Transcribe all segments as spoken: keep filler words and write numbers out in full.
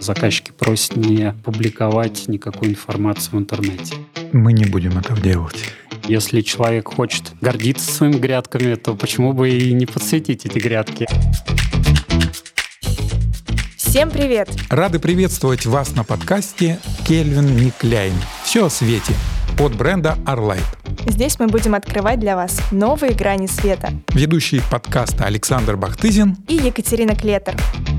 заказчики просят не публиковать никакую информацию в интернете. Мы не будем этого делать. Если человек хочет гордиться своими грядками, то почему бы и не подсветить эти грядки? Всем привет! Рады приветствовать вас на подкасте «Кельвин Никляйн. Все о свете» от бренда Arlight. Здесь мы будем открывать для вас новые грани света. Ведущие подкаста Александр Бахтызин и Екатерина Клетер.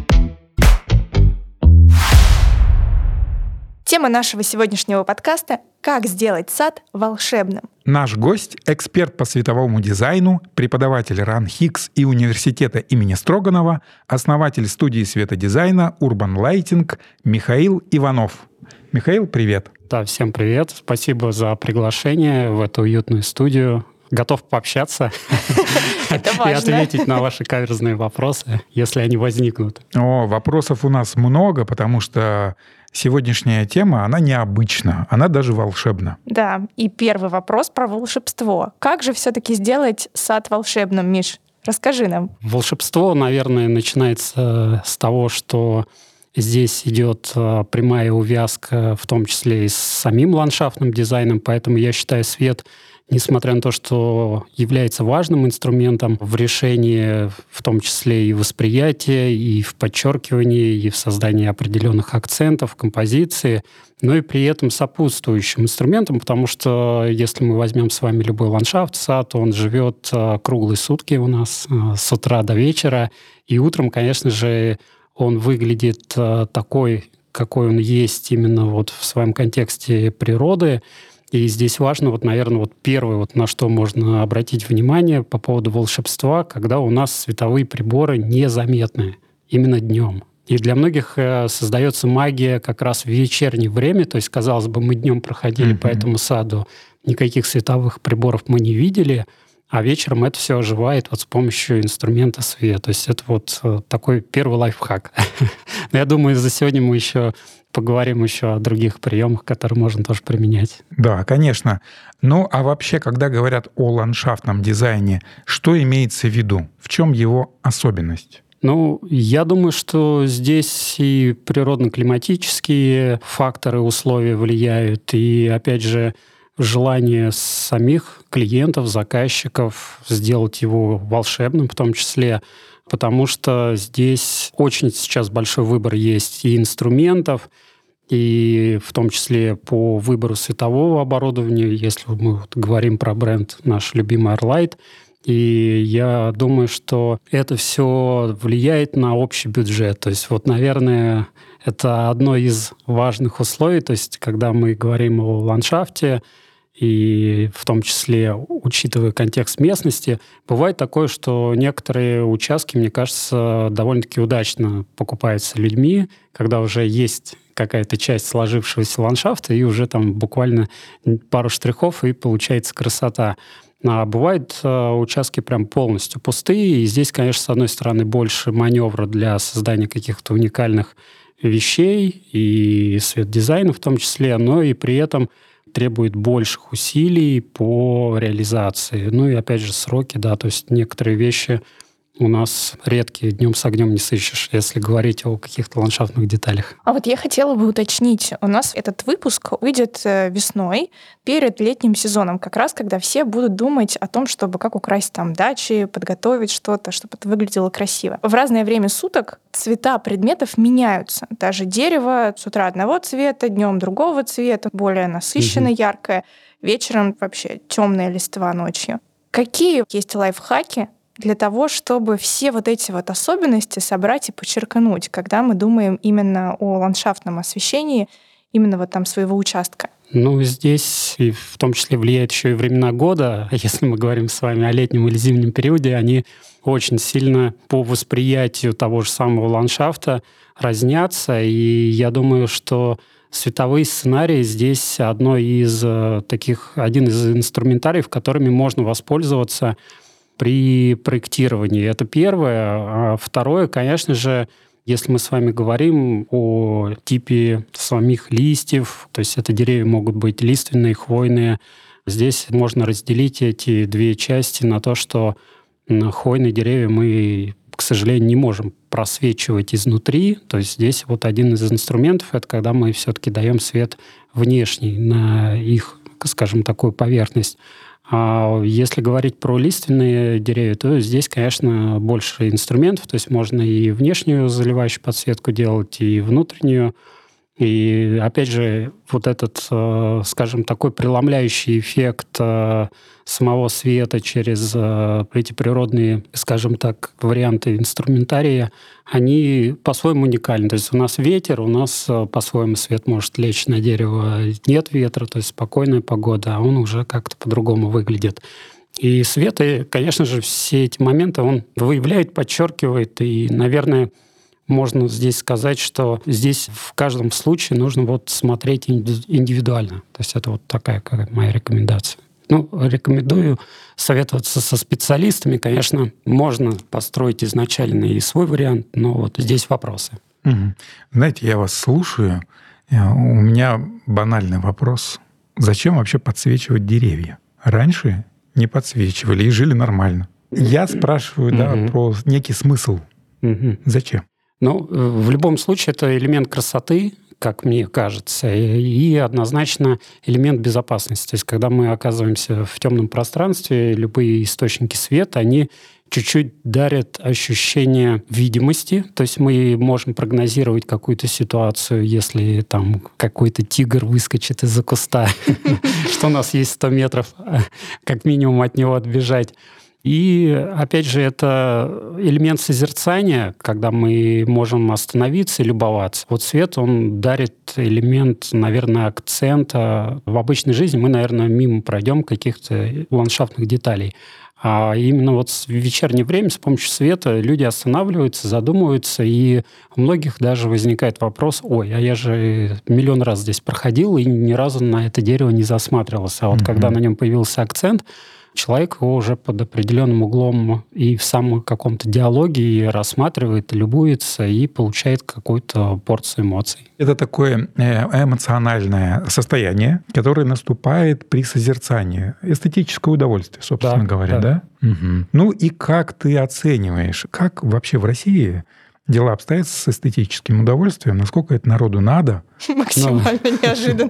Тема нашего сегодняшнего подкаста – «Как сделать сад волшебным». Наш гость – эксперт по световому дизайну, преподаватель РАН-Хикс и университета имени Строганова, основатель студии светодизайна Urban Lighting Михаил Иванов. Михаил, привет. Да, всем привет. Спасибо за приглашение в эту уютную студию. Готов пообщаться и ответить на ваши каверзные вопросы, если они возникнут. О, вопросов у нас много, потому что сегодняшняя тема, она необычна, она даже волшебна. Да, и первый вопрос про волшебство. Как же все-таки сделать сад волшебным, Миш? Расскажи нам. Волшебство, наверное, начинается с того, что здесь идет прямая увязка, в том числе и с самим ландшафтным дизайном, поэтому я считаю, свет, несмотря на то, что является важным инструментом в решении, в том числе и восприятия, и в подчеркивании, и в создании определенных акцентов, композиции, но и при этом сопутствующим инструментом, потому что если мы возьмем с вами любой ландшафт, сад, он живет круглые сутки у нас, с утра до вечера, и утром, конечно же, он выглядит такой, какой он есть именно вот в своем контексте природы. И здесь важно, вот, наверное, вот первое, вот на что можно обратить внимание по поводу волшебства, когда у нас световые приборы незаметны именно днем. И для многих создается магия как раз в вечернее время. То есть, казалось бы, мы днем проходили mm-hmm. по этому саду, никаких световых приборов мы не видели, а вечером это все оживает вот с помощью инструмента света. То есть это вот такой первый лайфхак. Но я думаю, за сегодня мы еще поговорим еще о других приемах, которые можно тоже применять. Да, конечно. Ну, а вообще, когда говорят о ландшафтном дизайне, что имеется в виду? В чем его особенность? Ну, я думаю, что здесь и природно-климатические факторы, условия влияют, и, опять же, желание самих клиентов, заказчиков сделать его волшебным в том числе, потому что здесь очень сейчас большой выбор есть и инструментов, и в том числе по выбору светового оборудования, если мы вот говорим про бренд наш любимый Arlight. И я думаю, что это все влияет на общий бюджет. То есть вот, наверное, это одно из важных условий. То есть когда мы говорим о ландшафте, и в том числе, учитывая контекст местности, бывает такое, что некоторые участки, мне кажется, довольно-таки удачно покупаются людьми, когда уже есть какая-то часть сложившегося ландшафта, и уже там буквально пару штрихов, и получается красота. А бывают участки прям полностью пустые, и здесь, конечно, с одной стороны, больше маневра для создания каких-то уникальных вещей и свет-дизайна в том числе, но и при этом требует больших усилий по реализации. Ну и опять же сроки, да, то есть некоторые вещи у нас редкие, днем с огнем не сыщешь, если говорить о каких-то ландшафтных деталях. А вот я хотела бы уточнить, у нас этот выпуск выйдет весной, перед летним сезоном, как раз когда все будут думать о том, чтобы как украсить там дачи, подготовить что-то, чтобы это выглядело красиво. В разное время суток цвета предметов меняются. Даже дерево с утра одного цвета, днем другого цвета, более насыщенно угу. яркое, вечером вообще темная листва ночью. Какие есть лайфхаки для того, чтобы все вот эти вот особенности собрать и подчеркнуть, когда мы думаем именно о ландшафтном освещении именно вот там своего участка? Ну, здесь и в том числе влияет еще и времена года. Если мы говорим с вами о летнем или зимнем периоде, они очень сильно по восприятию того же самого ландшафта разнятся. И я думаю, что световые сценарии здесь одно из таких, один из инструментариев, которыми можно воспользоваться при проектировании. Это первое. А второе, конечно же, если мы с вами говорим о типе самих листьев, то есть это деревья могут быть лиственные, хвойные, здесь можно разделить эти две части на то, что хвойные деревья мы, к сожалению, не можем просвечивать изнутри. То есть здесь вот один из инструментов — это когда мы все-таки даем свет внешний на их, скажем, такую поверхность. А если говорить про лиственные деревья, то здесь, конечно, больше инструментов. То есть можно и внешнюю заливающую подсветку делать, и внутреннюю. И, опять же, вот этот, скажем, такой преломляющий эффект самого света через эти природные, скажем так, варианты инструментария, они по-своему уникальны. То есть у нас ветер, у нас по-своему свет может лечь на дерево. Нет ветра, то есть спокойная погода, а он уже как-то по-другому выглядит. И свет, и, конечно же, все эти моменты он выявляет, подчеркивает, и, наверное, можно здесь сказать, что здесь в каждом случае нужно вот смотреть индивидуально. То есть это вот такая как моя рекомендация. Ну, рекомендую советоваться со специалистами. Конечно, можно построить изначально и свой вариант, но вот здесь вопросы. Угу. Знаете, я вас слушаю. У меня банальный вопрос. Зачем вообще подсвечивать деревья? Раньше не подсвечивали и жили нормально. Я спрашиваю, угу. да, про некий смысл. Угу. Зачем? Ну, в любом случае, это элемент красоты, как мне кажется, и однозначно элемент безопасности. То есть, когда мы оказываемся в темном пространстве, любые источники света, они чуть-чуть дарят ощущение видимости. То есть мы можем прогнозировать какую-то ситуацию, если там какой-то тигр выскочит из-за куста, что у нас есть сто метров, как минимум от него отбежать. И, опять же, это элемент созерцания, когда мы можем остановиться и любоваться. Вот свет, он дарит элемент, наверное, акцента. В обычной жизни мы, наверное, мимо пройдем каких-то ландшафтных деталей. А именно вот в вечернее время с помощью света люди останавливаются, задумываются, и у многих даже возникает вопрос: ой, а я же миллион раз здесь проходил и ни разу на это дерево не засматривался. А вот mm-hmm. когда на нем появился акцент, человек его уже под определенным углом и в самом каком-то диалоге рассматривает, любуется и получает какую-то порцию эмоций. Это такое эмоциональное состояние, которое наступает при созерцании. Эстетическое удовольствие, собственно да, говоря, да? да? Угу. Ну и как ты оцениваешь, как вообще в России дела обстоят с эстетическим удовольствием? Насколько это народу надо? Максимально неожиданно.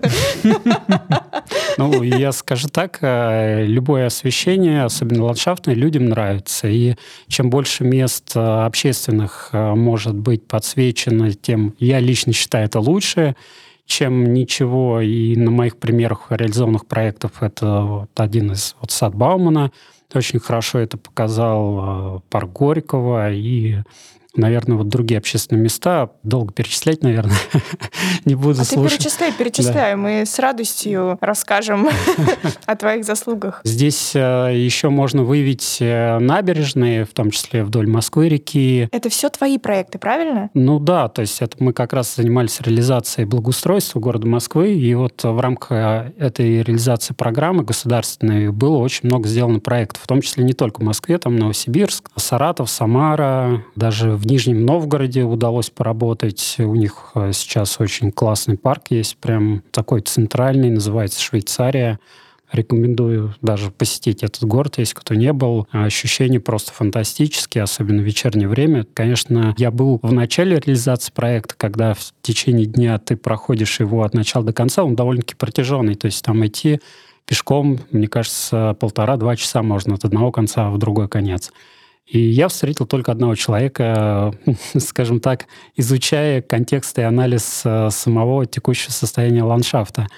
Ну, я скажу так, любое освещение, особенно ландшафтное, людям нравится. И чем больше мест общественных может быть подсвечено, тем, я лично считаю, это лучше, чем ничего. И на моих примерах реализованных проектов это вот один из вот сад Баумана. Очень хорошо это показал парк Горького и, наверное, вот другие общественные места. Долго перечислять, наверное, не буду а слушать. А ты перечисляй, перечисляй. Да. Мы с радостью расскажем о твоих заслугах. Здесь еще можно выявить набережные, в том числе вдоль Москвы-реки. Это все твои проекты, правильно? Ну да, то есть это мы как раз занимались реализацией благоустройства города Москвы, и вот в рамках этой реализации программы государственной было очень много сделано проектов, в том числе не только в Москве, там Новосибирск, Саратов, Самара, даже в В Нижнем Новгороде удалось поработать. У них сейчас очень классный парк есть, прям такой центральный, называется Швейцария. Рекомендую даже посетить этот город, если кто не был. Ощущения просто фантастические, особенно в вечернее время. Конечно, я был в начале реализации проекта, когда в течение дня ты проходишь его от начала до конца, он довольно-таки протяженный. То есть там идти пешком, мне кажется, полтора-два часа можно от одного конца в другой конец. И я встретил только одного человека, скажем так, изучая контекст и анализ самого текущего состояния ландшафта.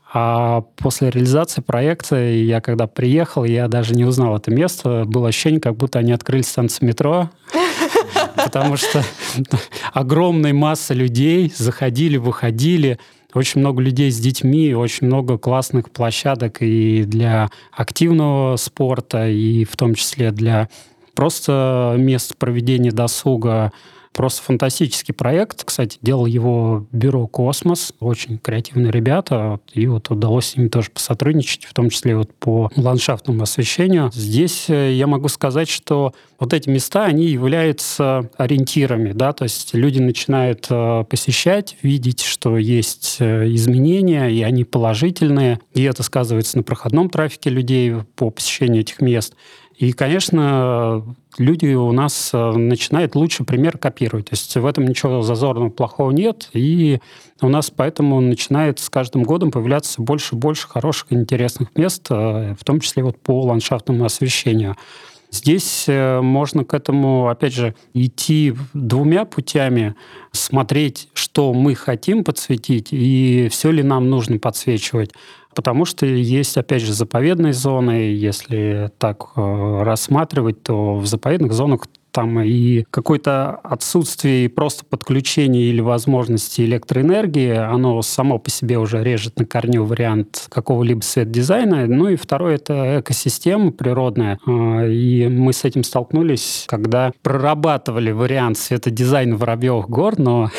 А после реализации проекта, я когда приехал, я даже не узнал это место. Было ощущение, как будто они открыли станцию метро, потому что огромная масса людей заходили, выходили. Очень много людей с детьми, очень много классных площадок и для активного спорта, и в том числе для просто место проведения досуга. Просто фантастический проект. Кстати, делал его бюро «Космос». Очень креативные ребята. И вот удалось с ними тоже посотрудничать, в том числе вот по ландшафтному освещению. Здесь я могу сказать, что вот эти места, они являются ориентирами. Да? То есть люди начинают посещать, видеть, что есть изменения, и они положительные. И это сказывается на проходном трафике людей по посещению этих мест. И, конечно, люди у нас начинают лучше пример копировать. То есть в этом ничего зазорного, плохого нет. И у нас поэтому начинает с каждым годом появляться больше и больше хороших и интересных мест, в том числе вот по ландшафтному освещению. Здесь можно к этому, опять же, идти двумя путями, смотреть, что мы хотим подсветить, и все ли нам нужно подсвечивать. Потому что есть, опять же, заповедные зоны. Если так рассматривать, то в заповедных зонах там и какое-то отсутствие просто подключения или возможности электроэнергии, оно само по себе уже режет на корню вариант какого-либо свет-дизайна. Ну и второе — это экосистема природная. И мы с этим столкнулись, когда прорабатывали вариант светодизайна Воробьевых гор, но,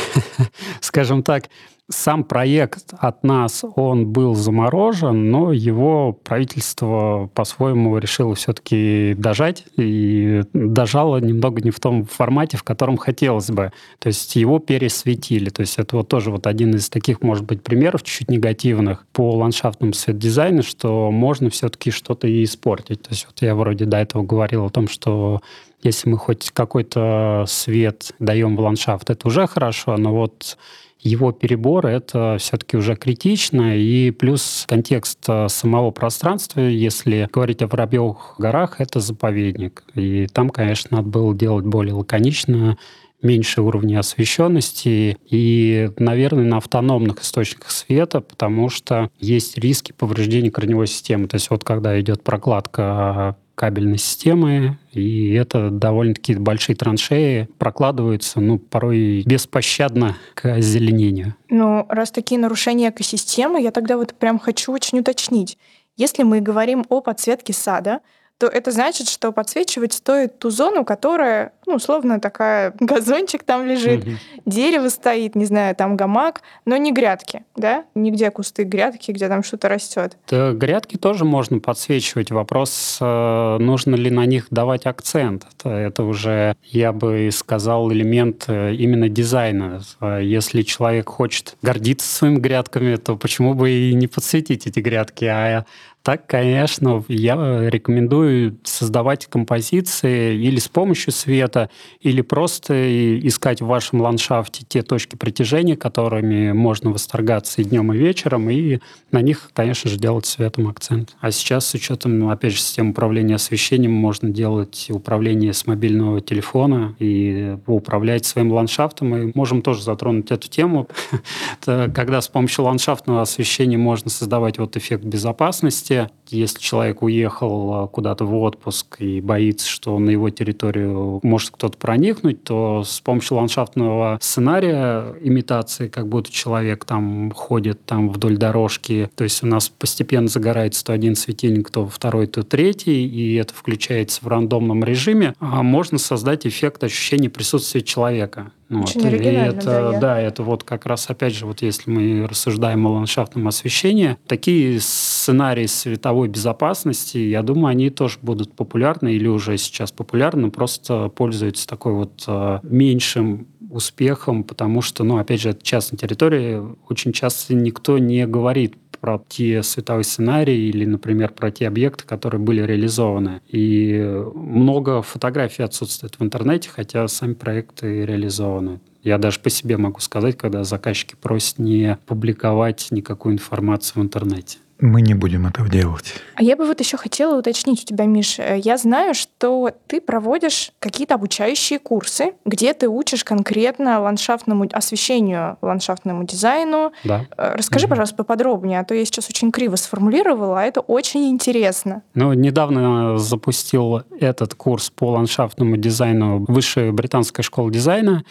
скажем так, сам проект от нас, он был заморожен, но его правительство по-своему решило все-таки дожать, и дожало немного не в том формате, в котором хотелось бы. То есть его пересветили. То есть это вот тоже вот один из таких, может быть, примеров чуть-чуть негативных по ландшафтному светодизайну, что можно все-таки что-то и испортить. То есть вот я вроде до этого говорил о том, что если мы хоть какой-то свет даем в ландшафт, это уже хорошо, но вот его перебор — это все-таки уже критично. И плюс контекст самого пространства, если говорить о Воробьевых горах, это заповедник. И там, конечно, надо было делать более лаконично, меньше уровня освещенности и, наверное, на автономных источниках света, потому что есть риски повреждения корневой системы. То есть вот когда идет прокладка кабельной системы, и это довольно-таки большие траншеи прокладываются, ну, порой беспощадно к озеленению. Ну, раз такие нарушения экосистемы, я тогда вот прям хочу очень уточнить. Если мы говорим о подсветке сада, то это значит, что подсвечивать стоит ту зону, которая, ну, условно, такая, газончик там лежит, угу. дерево стоит, не знаю, там гамак, но не грядки, да? Нигде кусты, грядки, где там что-то растет. Да, грядки тоже можно подсвечивать. Вопрос, нужно ли на них давать акцент. Это, это уже, я бы сказал, элемент именно дизайна. Если человек хочет гордиться своими грядками, то почему бы и не подсветить эти грядки? А так, конечно, я рекомендую создавать композиции или с помощью света, или просто искать в вашем ландшафте те точки притяжения, которыми можно восторгаться и днем, и вечером, и на них, конечно же, делать светом акцент. А сейчас с учетом, опять же, системы управления освещением можно делать управление с мобильного телефона и управлять своим ландшафтом. Мы можем тоже затронуть эту тему, когда с помощью ландшафтного освещения можно создавать вот эффект безопасности. Если человек уехал куда-то в отпуск и боится, что на его территорию может кто-то проникнуть, то с помощью ландшафтного сценария, имитации, как будто человек там ходит там вдоль дорожки, то есть у нас постепенно загорается то один светильник, то второй, то третий, и это включается в рандомном режиме, а можно создать эффект ощущения присутствия человека. Очень вот. оригинально, это, да. Я... Да, это вот как раз, опять же, вот если мы рассуждаем о ландшафтном освещении, такие сценарии световой безопасности, я думаю, они тоже будут популярны или уже сейчас популярны, просто пользуются такой вот меньшим успехом, потому что, ну, опять же, это частная территория, очень часто никто не говорит про те световые сценарии или, например, про те объекты, которые были реализованы. И много фотографий отсутствует в интернете, хотя сами проекты реализованы. Я даже по себе могу сказать, когда заказчики просят не публиковать никакую информацию в интернете. Мы не будем этого делать. А я бы вот еще хотела уточнить у тебя, Миш. Я знаю, что ты проводишь какие-то обучающие курсы, где ты учишь конкретно ландшафтному освещению, ландшафтному дизайну. Да. Расскажи, угу. пожалуйста, поподробнее, а то я сейчас очень криво сформулировала, а это очень интересно. Ну, недавно запустил этот курс по ландшафтному дизайну Высшая британская школа дизайна.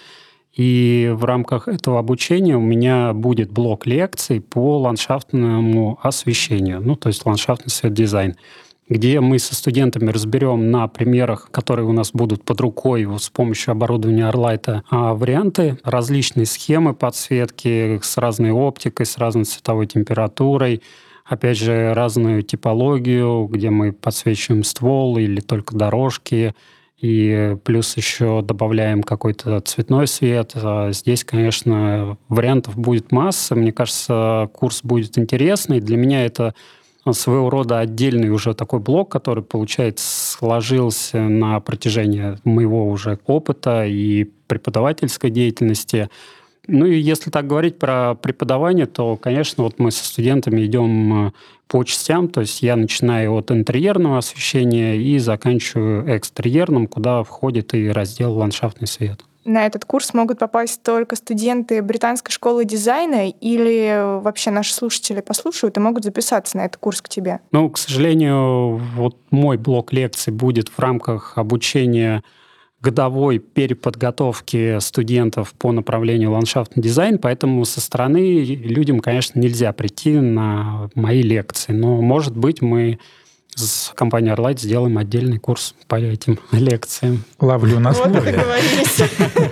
И в рамках этого обучения у меня будет блок лекций по ландшафтному освещению, ну, то есть ландшафтный светодизайн, где мы со студентами разберем на примерах, которые у нас будут под рукой вот, с помощью оборудования Arlight, варианты, различные схемы подсветки с разной оптикой, с разной цветовой температурой, опять же, разную типологию, где мы подсвечиваем ствол или только дорожки, и плюс еще добавляем какой-то цветной свет. Здесь, конечно, вариантов будет масса. Мне кажется, курс будет интересный. Для меня это своего рода отдельный уже такой блок, который получается сложился на протяжении моего уже опыта и преподавательской деятельности. Ну и если так говорить про преподавание, то, конечно, вот мы со студентами идем по частям, то есть я начинаю от интерьерного освещения и заканчиваю экстерьерным, куда входит и раздел «Ландшафтный свет». На этот курс могут попасть только студенты британской школы дизайна или вообще наши слушатели послушают и могут записаться на этот курс к тебе? Ну, к сожалению, вот мой блок лекций будет в рамках обучения годовой переподготовки студентов по направлению ландшафтный дизайн, поэтому со стороны людям, конечно, нельзя прийти на мои лекции. Но, может быть, мы с компанией Arlight сделаем отдельный курс по этим лекциям. Ловлю на слове. Вот и договорились.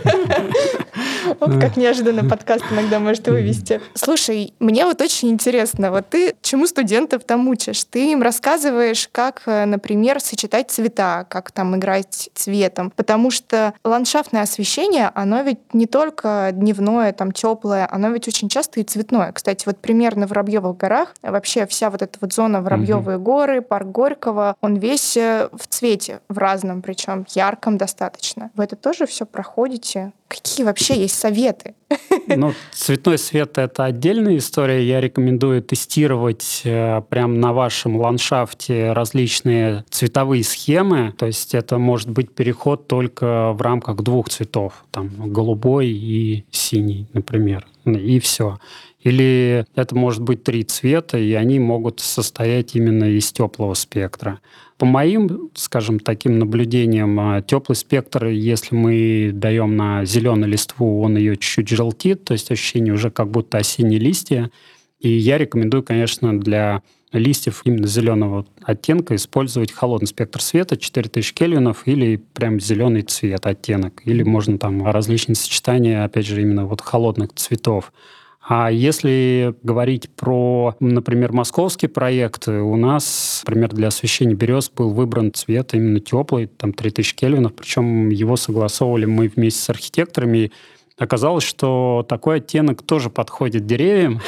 Вот как неожиданно подкаст иногда может вывести. Слушай, мне вот очень интересно, вот ты чему студентов там учишь? Ты им рассказываешь, как, например, сочетать цвета, как там играть цветом, потому что ландшафтное освещение, оно ведь не только дневное, там теплое, оно ведь очень часто и цветное. Кстати, вот примерно в Воробьевых горах вообще вся вот эта вот зона Воробьевые горы, парк Горького, он весь в цвете, в разном, причем ярком достаточно. Вы это тоже все проходите? Какие вообще есть советы? Ну, цветной свет — это отдельная история. Я рекомендую тестировать э, прямо на вашем ландшафте различные цветовые схемы. То есть это может быть переход только в рамках двух цветов. Там голубой и синий, например. И все. Или это может быть три цвета, и они могут состоять именно из теплого спектра. По моим, скажем, таким наблюдениям, теплый спектр, если мы даем на зеленую листву, он ее чуть-чуть желтит, то есть ощущение уже как будто осенние листья. И я рекомендую, конечно, для листьев именно зеленого оттенка использовать холодный спектр света, четыре тысячи кельвинов, или прям зеленый цвет, оттенок. Или можно там различные сочетания, опять же, именно вот холодных цветов. А если говорить про, например, московские проекты, у нас, например, для освещения берез был выбран цвет именно теплый, там три тысячи кельвинов, причем его согласовывали мы вместе с архитекторами. Оказалось, что такой оттенок тоже подходит деревьям.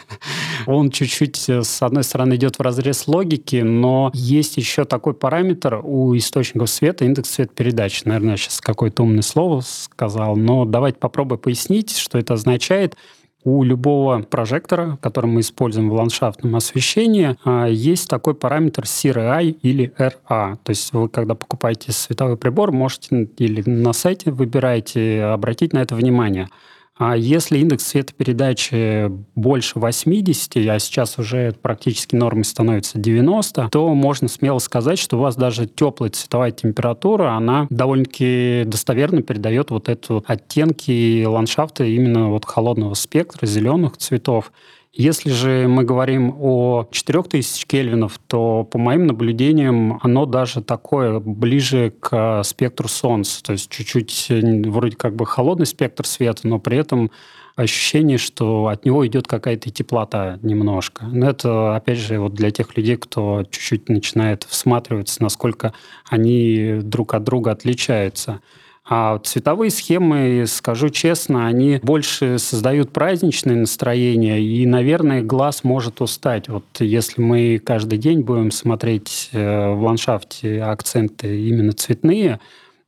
Он чуть-чуть, с одной стороны, идет вразрез логики, но есть еще такой параметр у источников света, индекс цветопередачи. Наверное, я сейчас какое-то умное слово сказал, но давайте попробую пояснить, что это означает. У любого прожектора, который мы используем в ландшафтном освещении, есть такой параметр си ар ай или эр а. То есть вы, когда покупаете световой прибор, можете или на сайте выбираете, обратить на это внимание. А если индекс цветопередачи больше восемьдесят, а сейчас уже практически нормой становится девяносто, то можно смело сказать, что у вас даже теплая цветовая температура, она довольно-таки достоверно передает вот эту оттенки ландшафта именно вот холодного спектра, зеленых цветов. Если же мы говорим о четырёх тысячах кельвинов, то, по моим наблюдениям, оно даже такое ближе к спектру Солнца. То есть чуть-чуть вроде как бы холодный спектр света, но при этом ощущение, что от него идет какая-то теплота немножко. Но это, опять же, вот для тех людей, кто чуть-чуть начинает всматриваться, насколько они друг от друга отличаются. А цветовые схемы, скажу честно, они больше создают праздничное настроение, и, наверное, глаз может устать. Вот если мы каждый день будем смотреть в ландшафте акценты именно цветные,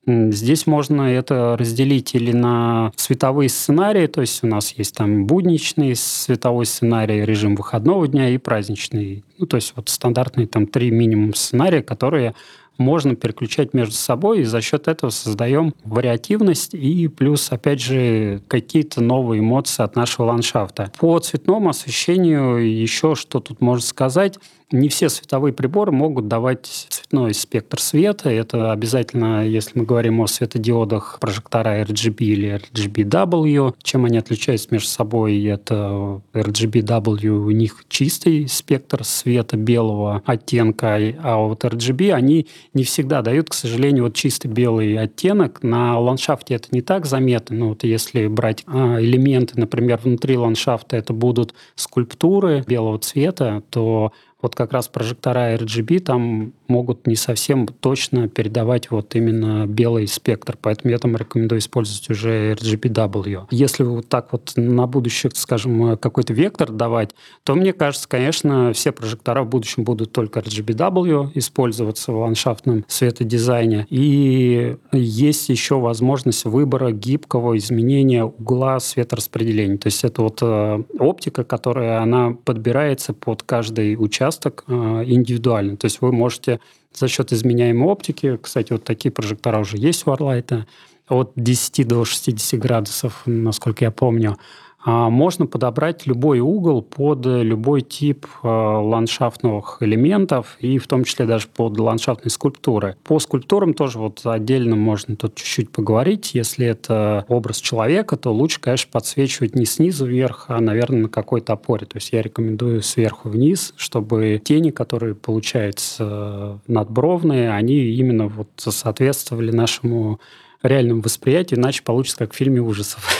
здесь можно это разделить или на цветовые сценарии, то есть у нас есть там будничный цветовой сценарий, режим выходного дня и праздничный. Ну, то есть вот стандартные там три минимум сценария, которые можно переключать между собой, и за счет этого создаем вариативность и плюс, опять же, какие-то новые эмоции от нашего ландшафта. По цветному освещению еще что тут можно сказать. Не все световые приборы могут давать цветной спектр света. Это обязательно, если мы говорим о светодиодах, прожектора эр джи би или эр джи би дабл ю. Чем они отличаются между собой? Это эр джи би дабл ю, у них чистый спектр света белого оттенка, а вот эр джи би, они не всегда дают, к сожалению, вот чистый белый оттенок. На ландшафте это не так заметно. Но вот если брать а, элементы, например, внутри ландшафта, это будут скульптуры белого цвета, то вот как раз прожектора эр джи би там могут не совсем точно передавать вот именно белый спектр, поэтому я там рекомендую использовать уже эр джи би дабл ю. Если вот так вот на будущее, скажем, какой-то вектор давать, то, мне кажется, конечно, все прожектора в будущем будут только эр джи би дабл ю использоваться в ландшафтном светодизайне. И есть еще возможность выбора гибкого изменения угла светораспределения. То есть это вот э, оптика, которая она подбирается под каждый участок э, индивидуально. То есть вы можете за счет изменяемой оптики, кстати, вот такие прожектора уже есть у Arlight, от десяти до шестидесяти градусов, насколько я помню, можно подобрать любой угол под любой тип ландшафтных элементов, и в том числе даже под ландшафтные скульптуры. По скульптурам тоже вот отдельно можно тут чуть-чуть поговорить. Если это образ человека, то лучше, конечно, подсвечивать не снизу вверх, а, наверное, на какой-то опоре. То есть я рекомендую сверху вниз, чтобы тени, которые получаются надбровные, они именно вот соответствовали нашему реальному восприятию, иначе получится как в фильме ужасов.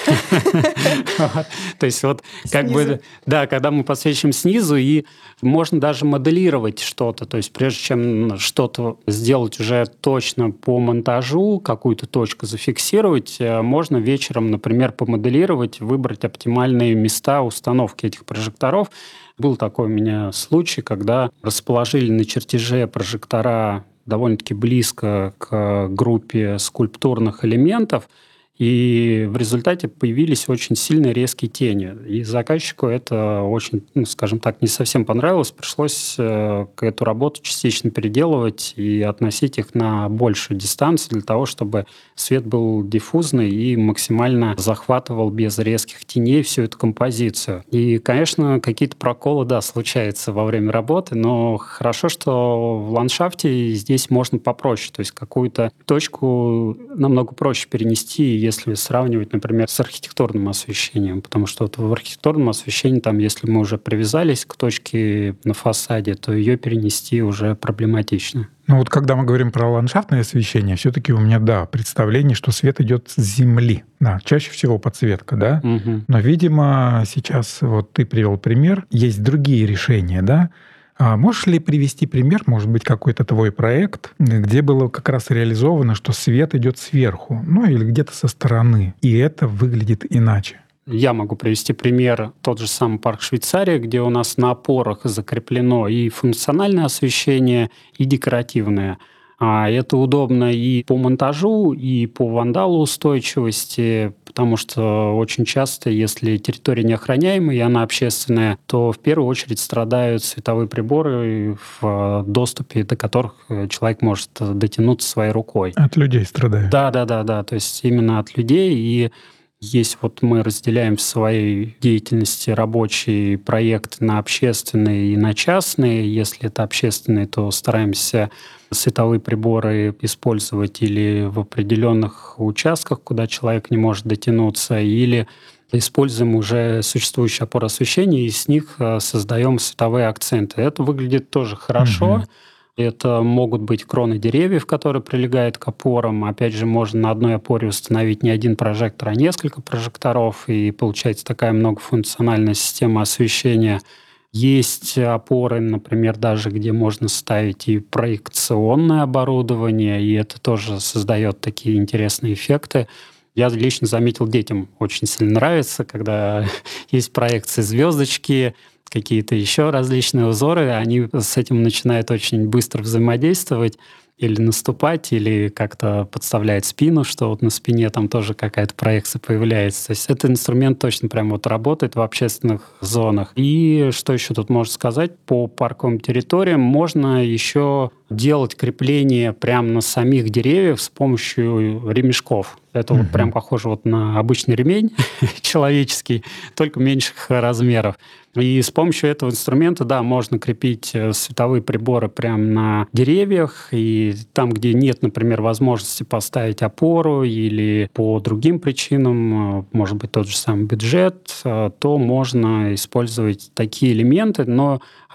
То есть вот как бы, да, когда мы подсвечиваем снизу, и можно даже моделировать что-то. То есть прежде чем что-то сделать уже точно по монтажу, какую-то точку зафиксировать, можно вечером, например, помоделировать, выбрать оптимальные места установки этих прожекторов. Был такой у меня случай, когда расположили на чертеже прожектора довольно-таки близко к группе скульптурных элементов, и в результате появились очень сильные резкие тени. И заказчику это очень, ну, скажем так, не совсем понравилось. Пришлось э, эту работу частично переделывать и относить их на большую дистанцию для того, чтобы свет был диффузный и максимально захватывал без резких теней всю эту композицию. И, конечно, какие-то проколы, да, случаются во время работы, но хорошо, что в ландшафте здесь можно попроще. То есть какую-то точку намного проще перенести, если сравнивать, например, с архитектурным освещением, потому что вот в архитектурном освещении, там, если мы уже привязались к точке на фасаде, то ее перенести уже проблематично. Ну вот когда мы говорим про ландшафтное освещение, все-таки у меня, да, представление, что свет идет с земли. Да, чаще всего подсветка, да. Угу. Но, видимо, сейчас вот ты привел пример, есть другие решения, да. А можешь ли привести пример, может быть, какой-то твой проект, где было как раз реализовано, что свет идет сверху, ну или где-то со стороны, и это выглядит иначе? Я могу привести пример, тот же самый парк Швейцария, где у нас на опорах закреплено и функциональное освещение, и декоративное. А это удобно и по монтажу, и по вандалоустойчивости, потому что очень часто, если территория неохраняемая и она общественная, то в первую очередь страдают световые приборы, в доступе до которых человек может дотянуться своей рукой. От людей страдают. Да, да, да, да. То есть именно от людей. И есть вот мы разделяем в своей деятельности рабочий проект на общественные и на частные. Если это общественные, то стараемся световые приборы использовать или в определенных участках, куда человек не может дотянуться, или используем уже существующие опоры освещения и с них создаем световые акценты. Это выглядит тоже хорошо. Угу. Это могут быть кроны деревьев, которые прилегают к опорам. Опять же, можно на одной опоре установить не один прожектор, а несколько прожекторов, и получается такая многофункциональная система освещения. Есть опоры, например, даже где можно ставить и проекционное оборудование, и это тоже создает такие интересные эффекты. Я лично заметил, детям очень сильно нравится, когда есть проекции звездочки, какие-то еще различные узоры, они с этим начинают очень быстро взаимодействовать, или наступать, или как-то подставлять спину, что вот на спине там тоже какая-то проекция появляется. То есть этот инструмент точно прям вот работает в общественных зонах. И что еще тут можно сказать? По парковым территориям можно еще делать крепление прямо на самих деревьях с помощью ремешков. Это mm-hmm. вот прям похоже вот на обычный ремень человеческий, только меньших размеров. И с помощью этого инструмента, да, можно крепить световые приборы прямо на деревьях, и там, где нет, например, возможности поставить опору или по другим причинам, может быть, тот же самый бюджет, то можно использовать такие элементы, но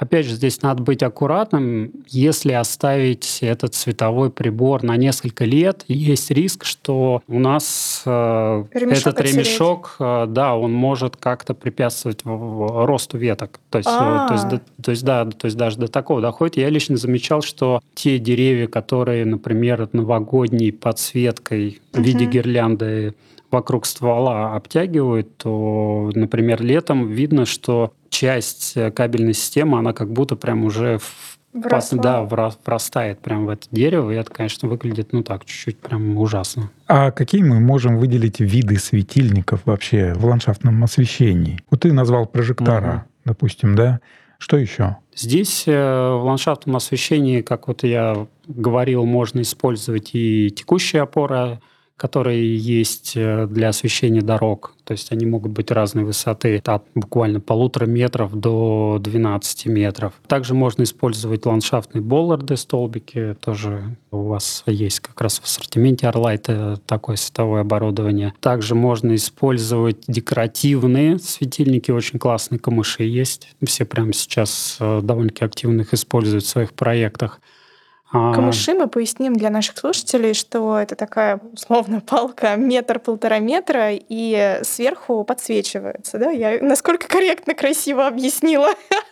Опять же, здесь надо быть аккуратным. Если оставить этот световой прибор на несколько лет, есть риск, что у нас э, Ремешок этот ремешок, э, да, он может как-то препятствовать в- в- росту веток. То есть, э, то, есть, А. да, то, есть, да, то есть даже до такого доходит. Я лично замечал, что те деревья, которые, например, новогодней подсветкой в виде Мгм. гирлянды вокруг ствола обтягивают, то, например, летом видно, что часть э, кабельной системы, она как будто прям уже в- Вросла. да, вра- врастает прямо в это дерево, и это, конечно, выглядит, ну так, чуть-чуть прям ужасно. А какие мы можем выделить виды светильников вообще в ландшафтном освещении? Вот ты назвал прожектора, Мгм. допустим, да? Что еще? Здесь э, в ландшафтном освещении, как вот я говорил, можно использовать и текущие опоры, которые есть э, для освещения дорог. То есть они могут быть разной высоты, от буквально полутора метров до двенадцати метров. Также можно использовать ландшафтные болларды, столбики. Тоже у вас есть как раз в ассортименте Arlight такое световое оборудование. Также можно использовать декоративные светильники. Очень классные камыши есть. Все прямо сейчас э, довольно-таки активно их используют в своих проектах. А, Камыши мы поясним для наших слушателей, что это такая условно палка метр-полтора метра и сверху подсвечивается. Да? Я насколько корректно, красиво объяснила.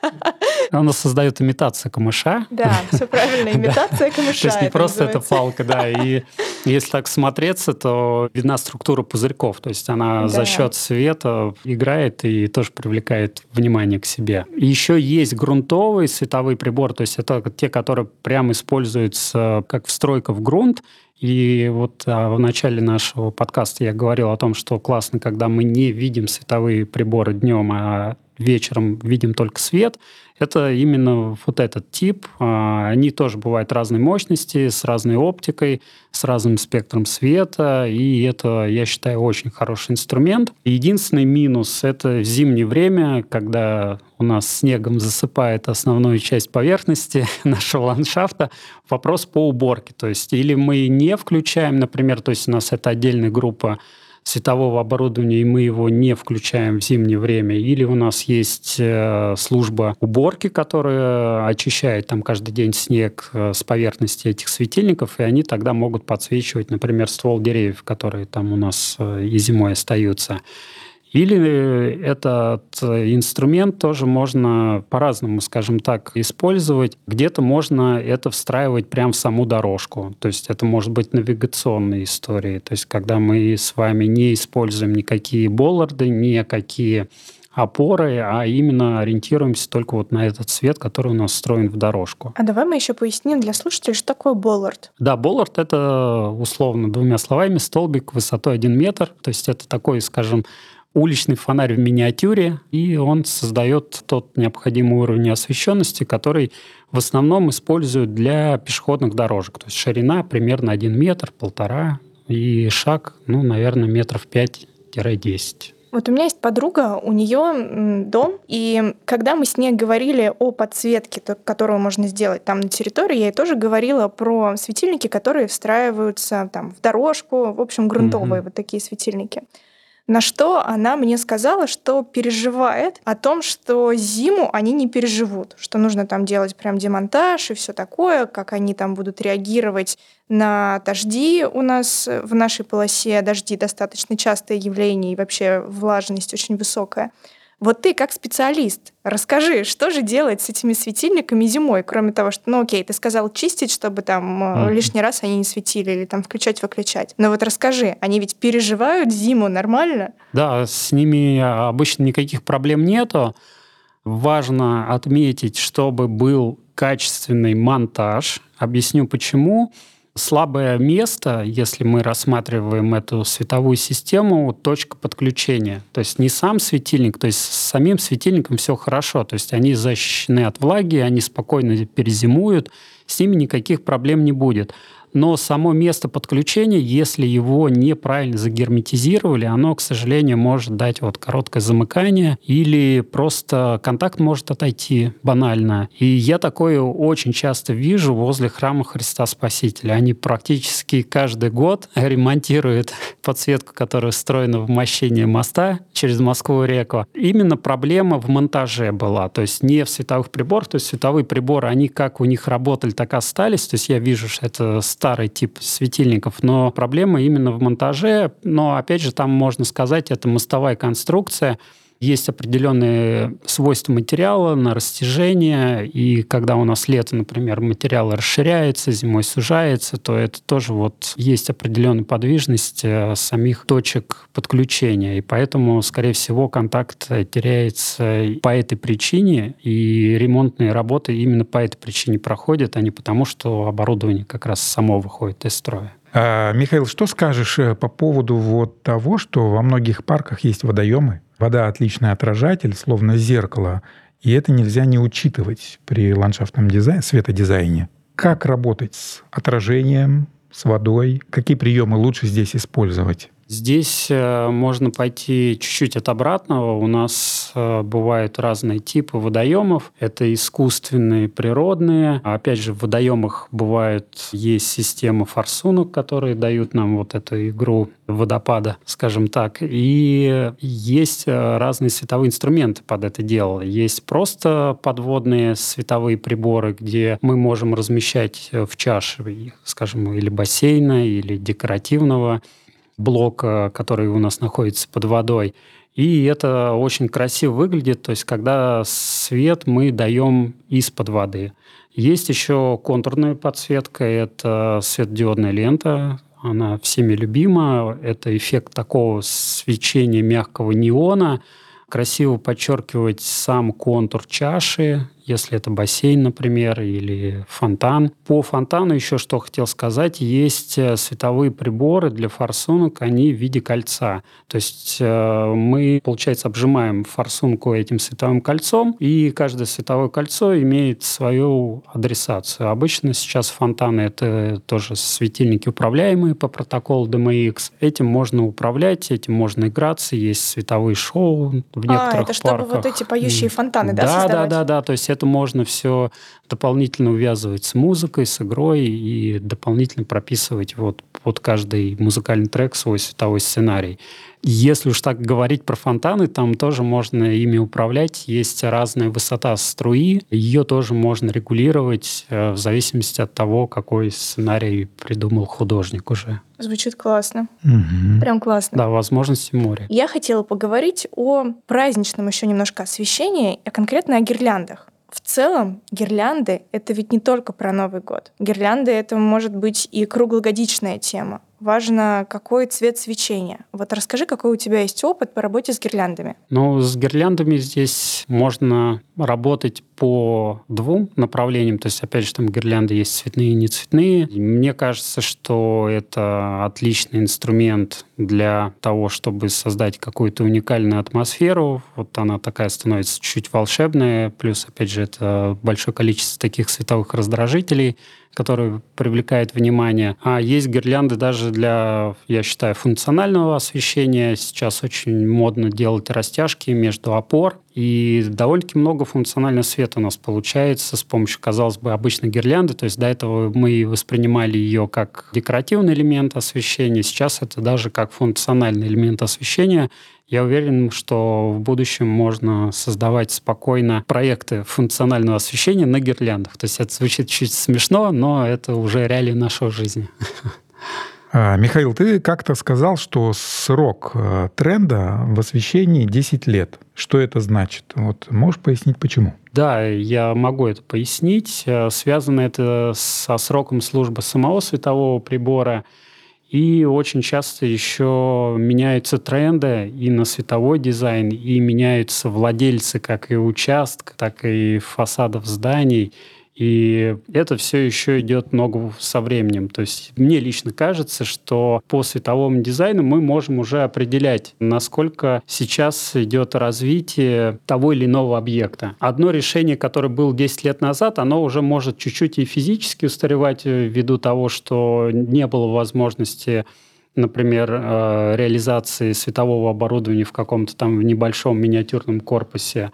Она создает имитацию камыша. Да, все правильно, имитация камыша. То есть не это просто эта называется. палка, да. И если так смотреться, то видна структура пузырьков. То есть она Да. за счет света играет и тоже привлекает внимание к себе. Еще есть грунтовые световые приборы. То есть это те, которые прямо используются как встройка в грунт. И вот а, в начале нашего подкаста я говорил о том, что классно, когда мы не видим световые приборы днем, а вечером видим только свет. Это именно вот этот тип. А, Они тоже бывают разной мощности, с разной оптикой, с разным спектром света. И это, я считаю, очень хороший инструмент. Единственный минус — это в зимнее время, когда у нас снегом засыпает основную часть поверхности нашего ландшафта, вопрос по уборке. То есть или мы не включаем, например, то есть у нас это отдельная группа светового оборудования, и мы его не включаем в зимнее время, или у нас есть э, служба уборки, которая очищает там каждый день снег э, с поверхности этих светильников, и они тогда могут подсвечивать, например, ствол деревьев, которые там у нас э, и зимой остаются. Или этот инструмент тоже можно по-разному, скажем так, использовать. Где-то можно это встраивать прямо в саму дорожку. То есть это может быть навигационные истории. То есть когда мы с вами не используем никакие болларды, никакие опоры, а именно ориентируемся только вот на этот свет, который у нас встроен в дорожку. А давай мы еще поясним для слушателей, что такое боллард. Да, боллард — это условно двумя словами столбик высотой один метр. То есть это такой, скажем, уличный фонарь в миниатюре, и он создает тот необходимый уровень освещенности, который в основном используют для пешеходных дорожек. То есть ширина примерно один метр, полтора, и шаг, ну, наверное, метров пять-десять. Вот у меня есть подруга, у нее дом, и когда мы с ней говорили о подсветке, которую можно сделать там на территории, я ей тоже говорила про светильники, которые встраиваются там в дорожку, в общем, грунтовые mm-hmm. вот такие светильники. На что она мне сказала, что переживает о том, что зиму они не переживут, что нужно там делать прям демонтаж и все такое, как они там будут реагировать на дожди у нас в нашей полосе. Дожди достаточно частое явление, и вообще влажность очень высокая. Вот ты как специалист, расскажи, что же делать с этими светильниками зимой, кроме того, что, ну окей, ты сказал чистить, чтобы там mm-hmm. лишний раз они не светили, или там включать-выключать. Но вот расскажи, они ведь переживают зиму нормально? Да, с ними обычно никаких проблем нету. Важно отметить, чтобы был качественный монтаж. Объясню почему. Слабое место, если мы рассматриваем эту световую систему, точка подключения. То есть не сам светильник, то есть с самим светильником все хорошо. То есть они защищены от влаги, они спокойно перезимуют, с ними никаких проблем не будет. Но само место подключения, если его неправильно загерметизировали, оно, к сожалению, может дать вот короткое замыкание или просто контакт может отойти банально. И я такое очень часто вижу возле храма Христа Спасителя. Они практически каждый год ремонтируют подсветку, которая встроена в мощение моста через Москву-реку. Именно проблема в монтаже была, то есть не в световых приборах, то есть световые приборы, они как у них работали, так и остались, то есть я вижу, что это старый тип светильников, но проблема именно в монтаже, но опять же там можно сказать, это мостовая конструкция, есть определенные свойства материала на растяжение, и когда у нас лето, например, материал расширяется, зимой сужается, то это тоже вот есть определенная подвижность самих точек подключения, и поэтому, скорее всего, контакт теряется по этой причине, и ремонтные работы именно по этой причине проходят, а не потому, что оборудование как раз само выходит из строя. А, Михаил, что скажешь по поводу вот того, что во многих парках есть водоемы? Вода — отличный отражатель, словно зеркало, и это нельзя не учитывать при ландшафтном дизайне, светодизайне. Как работать с отражением, с водой? Какие приемы лучше здесь использовать? Здесь можно пойти чуть-чуть от обратного. У нас бывают разные типы водоемов. Это искусственные, природные. Опять же, в водоемах бывают, есть системы форсунок, которые дают нам вот эту игру водопада, скажем так. И есть разные световые инструменты под это дело. Есть просто подводные световые приборы, где мы можем размещать в чаше, скажем, или бассейна, или декоративного блока, который у нас находится под водой. И это очень красиво выглядит, то есть когда свет мы даем из-под воды. Есть еще контурная подсветка, это светодиодная лента, она всеми любима. Это эффект такого свечения мягкого неона, красиво подчеркивать сам контур чаши, если это бассейн, например, или фонтан. По фонтану еще что хотел сказать, есть световые приборы для форсунок, они в виде кольца. То есть мы, получается, обжимаем форсунку этим световым кольцом, и каждое световое кольцо имеет свою адресацию. Обычно сейчас фонтаны — это тоже светильники управляемые по протоколу ди эм икс. Этим можно управлять, этим можно играться, есть световые шоу в некоторых парках. А, это чтобы парках. вот эти поющие фонтаны, да, да, создавать? Да, да, да. То есть это можно все дополнительно увязывать с музыкой, с игрой и дополнительно прописывать вот под каждый музыкальный трек свой световой сценарий. Если уж так говорить про фонтаны, там тоже можно ими управлять. Есть разная высота струи. Ее тоже можно регулировать в зависимости от того, какой сценарий придумал художник уже. Звучит классно. Угу. Прям классно. Да, возможности моря. Я хотела поговорить о праздничном еще немножко освещении, а конкретно о гирляндах. В целом, гирлянды — это ведь не только про Новый год. Гирлянды — это может быть и круглогодичная тема. Важно, какой цвет свечения. Вот расскажи, какой у тебя есть опыт по работе с гирляндами. Ну, с гирляндами здесь можно работать по двум направлениям. То есть, опять же, там гирлянды есть цветные и нецветные. Мне кажется, что это отличный инструмент для того, чтобы создать какую-то уникальную атмосферу. Вот она такая становится чуть волшебная. Плюс, опять же, это большое количество таких световых раздражителей, которые привлекают внимание. А есть гирлянды даже для, я считаю, функционального освещения. Сейчас очень модно делать растяжки между опор. И довольно-таки много функционального света у нас получается с помощью, казалось бы, обычной гирлянды. То есть до этого мы воспринимали ее как декоративный элемент освещения. Сейчас это даже как функциональный элемент освещения. Я уверен, что в будущем можно создавать спокойно проекты функционального освещения на гирляндах. То есть это звучит чуть смешно, но это уже реалии нашей жизни. А, Михаил, ты как-то сказал, что срок тренда в освещении десять лет. Что это значит? Вот можешь пояснить, почему? Да, я могу это пояснить. Связано это со сроком службы самого светового прибора. И очень часто еще меняются тренды и на световой дизайн, и меняются владельцы как и участков, так и фасадов зданий. И это все еще идет ногу со временем. То есть мне лично кажется, что по световому дизайну мы можем уже определять, насколько сейчас идет развитие того или иного объекта. Одно решение, которое было десять лет назад, оно уже может чуть-чуть и физически устаревать ввиду того, что не было возможности, например, реализации светового оборудования в каком-то там небольшом миниатюрном корпусе.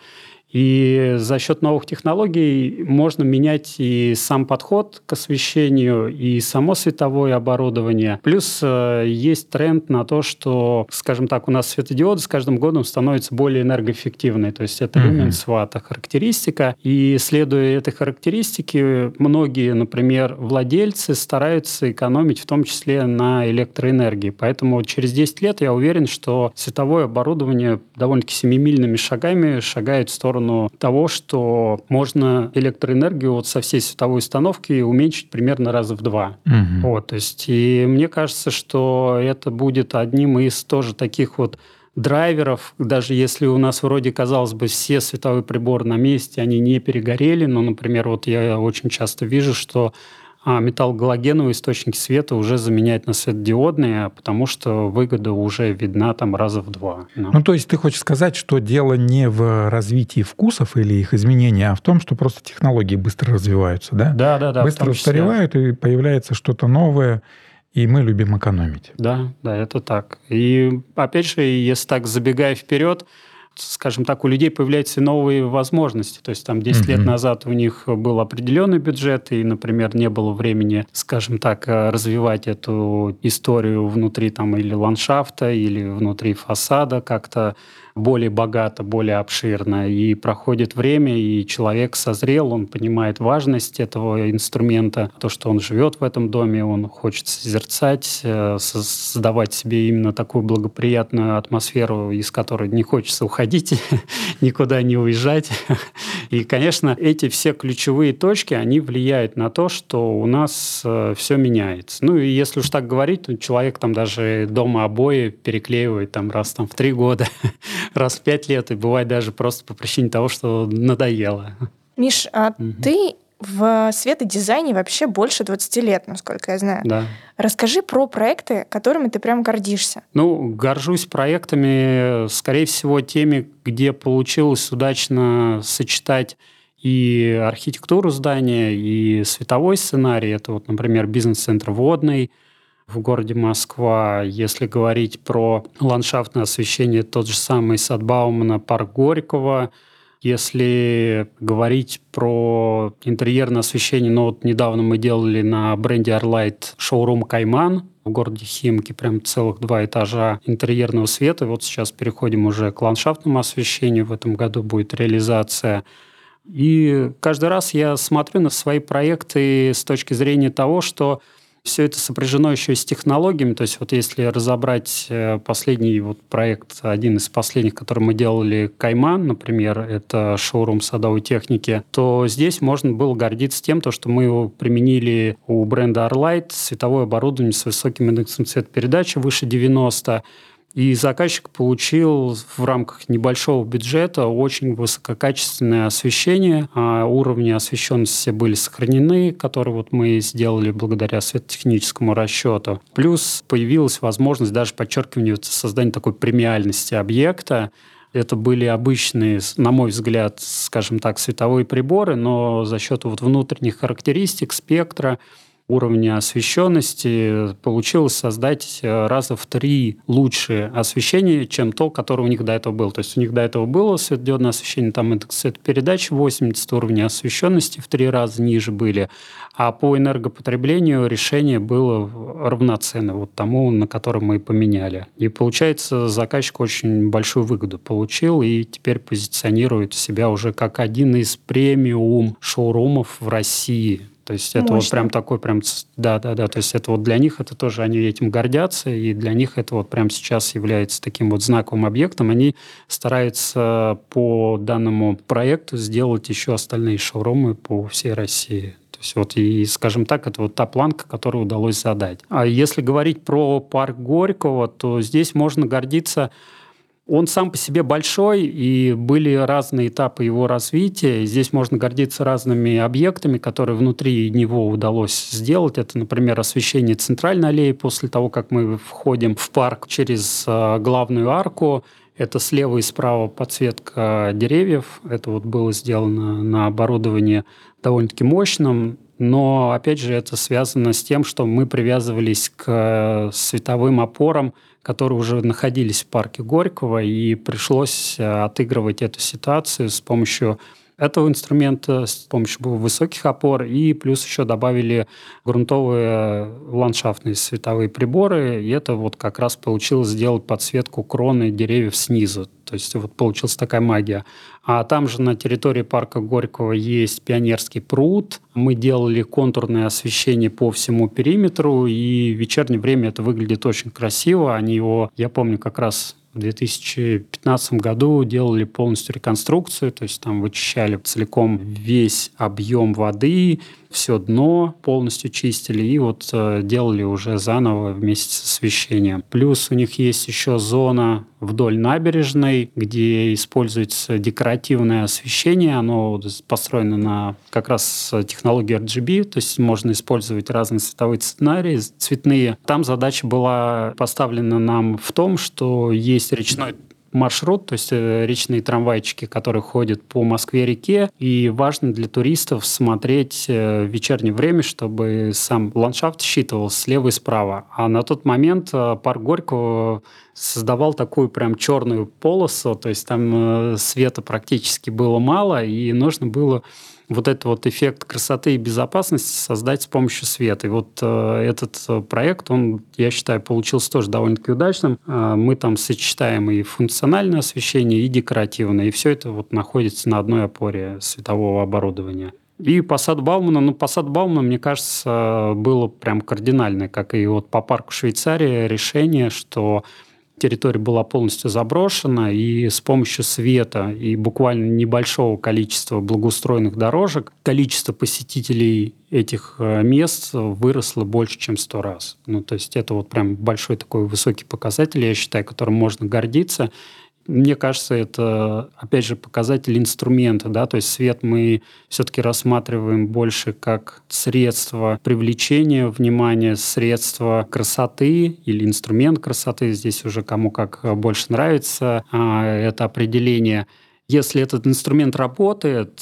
И за счет новых технологий можно менять и сам подход к освещению, и само световое оборудование. Плюс э, есть тренд на то, что, скажем так, у нас светодиоды с каждым годом становятся более энергоэффективны. То есть это люменс ватт характеристика. И следуя этой характеристике, многие, например, владельцы стараются экономить в том числе на электроэнергии. Поэтому через десять лет я уверен, что световое оборудование довольно-таки семимильными шагами шагает в сторону того, что можно электроэнергию вот со всей световой установки уменьшить примерно раза в два. Угу. Вот, то есть, и мне кажется, что это будет одним из тоже таких вот драйверов, даже если у нас вроде, казалось бы, все световые приборы на месте, они не перегорели, но, например, вот я очень часто вижу, что а металлогалогеновые источники света уже заменяют на светодиодные, потому что выгода уже видна там раза в два. Ну. ну, то есть ты хочешь сказать, что дело не в развитии вкусов или их изменении, а в том, что просто технологии быстро развиваются, да? Да, да, да. Быстро устаревают, и появляется что-то новое, и мы любим экономить. Да, да, это так. И опять же, если так забегая вперед, скажем так, у людей появляются новые возможности. То есть там десять uh-huh. лет назад у них был определенный бюджет, и, например, не было времени, скажем так, развивать эту историю внутри там или ландшафта, или внутри фасада как-то более богато, более обширно. И проходит время, и человек созрел, он понимает важность этого инструмента, то, что он живет в этом доме, он хочет созерцать, создавать себе именно такую благоприятную атмосферу, из которой не хочется уходить, никуда не уезжать. И, конечно, эти все ключевые точки, они влияют на то, что у нас все меняется. Ну, и если уж так говорить, то человек там даже дома обои переклеивает там раз там в три года, раз в пять лет, и бывает даже просто по причине того, что надоело. Миш, а угу. ты в светодизайне вообще больше двадцати лет, насколько я знаю. Да. Расскажи про проекты, которыми ты прям гордишься. Ну, горжусь проектами, скорее всего, теми, где получилось удачно сочетать и архитектуру здания, и световой сценарий. Это вот, например, бизнес-центр «Водный» в городе Москва. Если говорить про ландшафтное освещение, тот же самый сад Баумана, парк Горького. Если говорить про интерьерное освещение, ну вот недавно мы делали на бренде Arlight шоурум «Кайман» в городе Химки, прям целых два этажа интерьерного света. Вот сейчас переходим уже к ландшафтному освещению. В этом году будет реализация. И каждый раз я смотрю на свои проекты с точки зрения того, что все это сопряжено еще и с технологиями. То есть вот если разобрать последний вот проект, один из последних, который мы делали, «Кайман», например, это шоурум садовой техники, то здесь можно было гордиться тем, что мы его применили у бренда Arlight, световое оборудование с высоким индексом цветопередачи выше девяноста. И заказчик получил в рамках небольшого бюджета очень высококачественное освещение. Уровни освещенности были сохранены, которые вот мы сделали благодаря светотехническому расчету. Плюс появилась возможность даже подчеркивания создания такой премиальности объекта. Это были обычные, на мой взгляд, скажем так, световые приборы, но за счет вот внутренних характеристик, спектра, уровня освещенности получилось создать раза в три лучше освещение, чем то, которое у них до этого было. То есть у них до этого было светодиодное освещение, там индекс цветопередачи восемьдесят, уровни освещенности в три раза ниже были, а по энергопотреблению решение было равноценно вот тому, на котором мы поменяли. И получается, заказчик очень большую выгоду получил и теперь позиционирует себя уже как один из премиум шоурумов в России. То есть это Мощно. Вот прям такой прям, да, да, да. То есть это вот для них это тоже они этим гордятся, и для них это вот прямо сейчас является таким вот знаковым объектом. Они стараются по данному проекту сделать еще остальные шоурумы по всей России. То есть вот и, скажем так, это вот та планка, которую удалось задать. А если говорить про парк Горького, то здесь можно гордиться Он сам по себе большой, и были разные этапы его развития. Здесь можно гордиться разными объектами, которые внутри него удалось сделать. Это, например, освещение центральной аллеи после того, как мы входим в парк через главную арку. Это слева и справа подсветка деревьев. Это вот было сделано на оборудовании довольно-таки мощном. Но, опять же, это связано с тем, что мы привязывались к световым опорам, которые уже находились в парке Горького, и пришлось отыгрывать эту ситуацию с помощью этого инструмента, с помощью высоких опор, и плюс еще добавили грунтовые ландшафтные световые приборы, и это вот как раз получилось сделать подсветку кроны деревьев снизу. То есть вот получилась такая магия. А там же на территории парка Горького есть Пионерский пруд. Мы делали контурное освещение по всему периметру, и в вечернее время это выглядит очень красиво. Они его, я помню, как раз в две тысячи пятнадцатом году делали полностью реконструкцию, то есть там вычищали целиком весь объем воды, все дно полностью чистили и вот делали уже заново вместе с освещением. Плюс у них есть еще зона вдоль набережной, где используется декоративное освещение. Оно построено на как раз технологии эр джи би, то есть можно использовать разные цветовые сценарии, цветные. Там задача была поставлена нам в том, что есть речной маршрут, то есть речные трамвайчики, которые ходят по Москве-реке, и важно для туристов смотреть в вечернее время, чтобы сам ландшафт считывался слева и справа. А на тот момент парк Горького создавал такую прям черную полосу, то есть там света практически было мало, и нужно было вот этот вот эффект красоты и безопасности создать с помощью света. И вот э, этот проект, он, я считаю, получился тоже довольно-таки удачным. Э, мы там сочетаем и функциональное освещение, и декоративное, и все это вот находится на одной опоре светового оборудования. И по саду Баумана, ну, по саду Баумана, мне кажется, было прям кардинальное, как и вот по парку Швейцария, решение, что территория была полностью заброшена, и с помощью света и буквально небольшого количества благоустроенных дорожек количество посетителей этих мест выросло больше, чем сто раз. Ну, то есть это вот прям большой такой высокий показатель, я считаю, которым можно гордиться. Мне кажется, это, опять же, показатель инструмента, да, то есть свет мы все-таки рассматриваем больше как средство привлечения внимания, средство красоты или инструмент красоты, здесь уже кому как больше нравится это определение. Если этот инструмент работает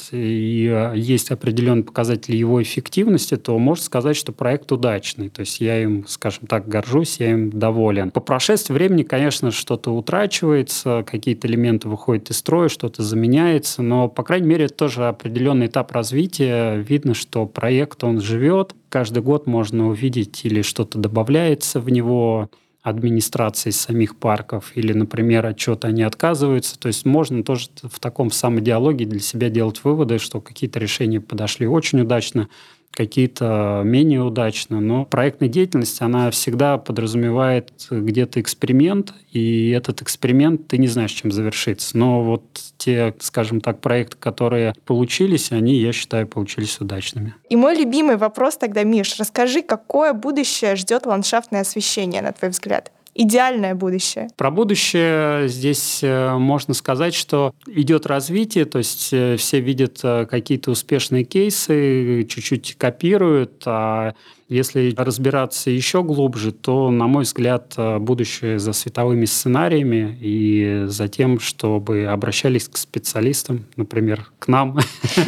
и есть определенные показатели его эффективности, то можно сказать, что проект удачный. То есть я им, скажем так, горжусь, я им доволен. По прошествии времени, конечно, что-то утрачивается, какие-то элементы выходят из строя, что-то заменяется, но, по крайней мере, это тоже определенный этап развития. Видно, что проект, он живет. Каждый год можно увидеть или что-то добавляется в него, администрации самих парков, или, например, от чего-то они отказываются. То есть можно тоже в таком самодиалоге для себя делать выводы, что какие-то решения подошли очень удачно, какие-то менее удачно. Но проектная деятельность, она всегда подразумевает где-то эксперимент, и этот эксперимент, ты не знаешь, чем завершится. Но вот те, скажем так, проекты, которые получились, они, я считаю, получились удачными. И мой любимый вопрос тогда, Миш, расскажи, какое будущее ждет ландшафтное освещение, на твой взгляд? Идеальное будущее. Про будущее здесь можно сказать, что идет развитие, то есть все видят какие-то успешные кейсы, чуть-чуть копируют, а если разбираться еще глубже, то, на мой взгляд, будущее за световыми сценариями и за тем, чтобы обращались к специалистам, например, к нам.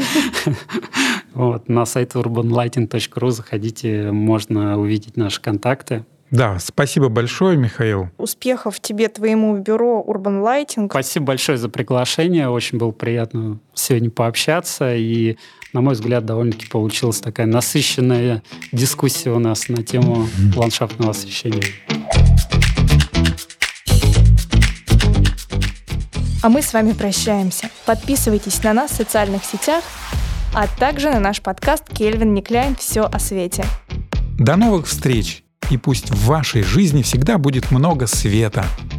На сайт урбан лайтинг точка ру заходите, можно увидеть наши контакты. Да, спасибо большое, Михаил. Успехов тебе, твоему бюро Urban Lighting. Спасибо большое за приглашение. Очень было приятно сегодня пообщаться. И, на мой взгляд, довольно-таки получилась такая насыщенная дискуссия у нас на тему ландшафтного освещения. А мы с вами прощаемся. Подписывайтесь на нас в социальных сетях, а также на наш подкаст «Кельвин Никляйн. Все о свете». До новых встреч! И пусть в вашей жизни всегда будет много света.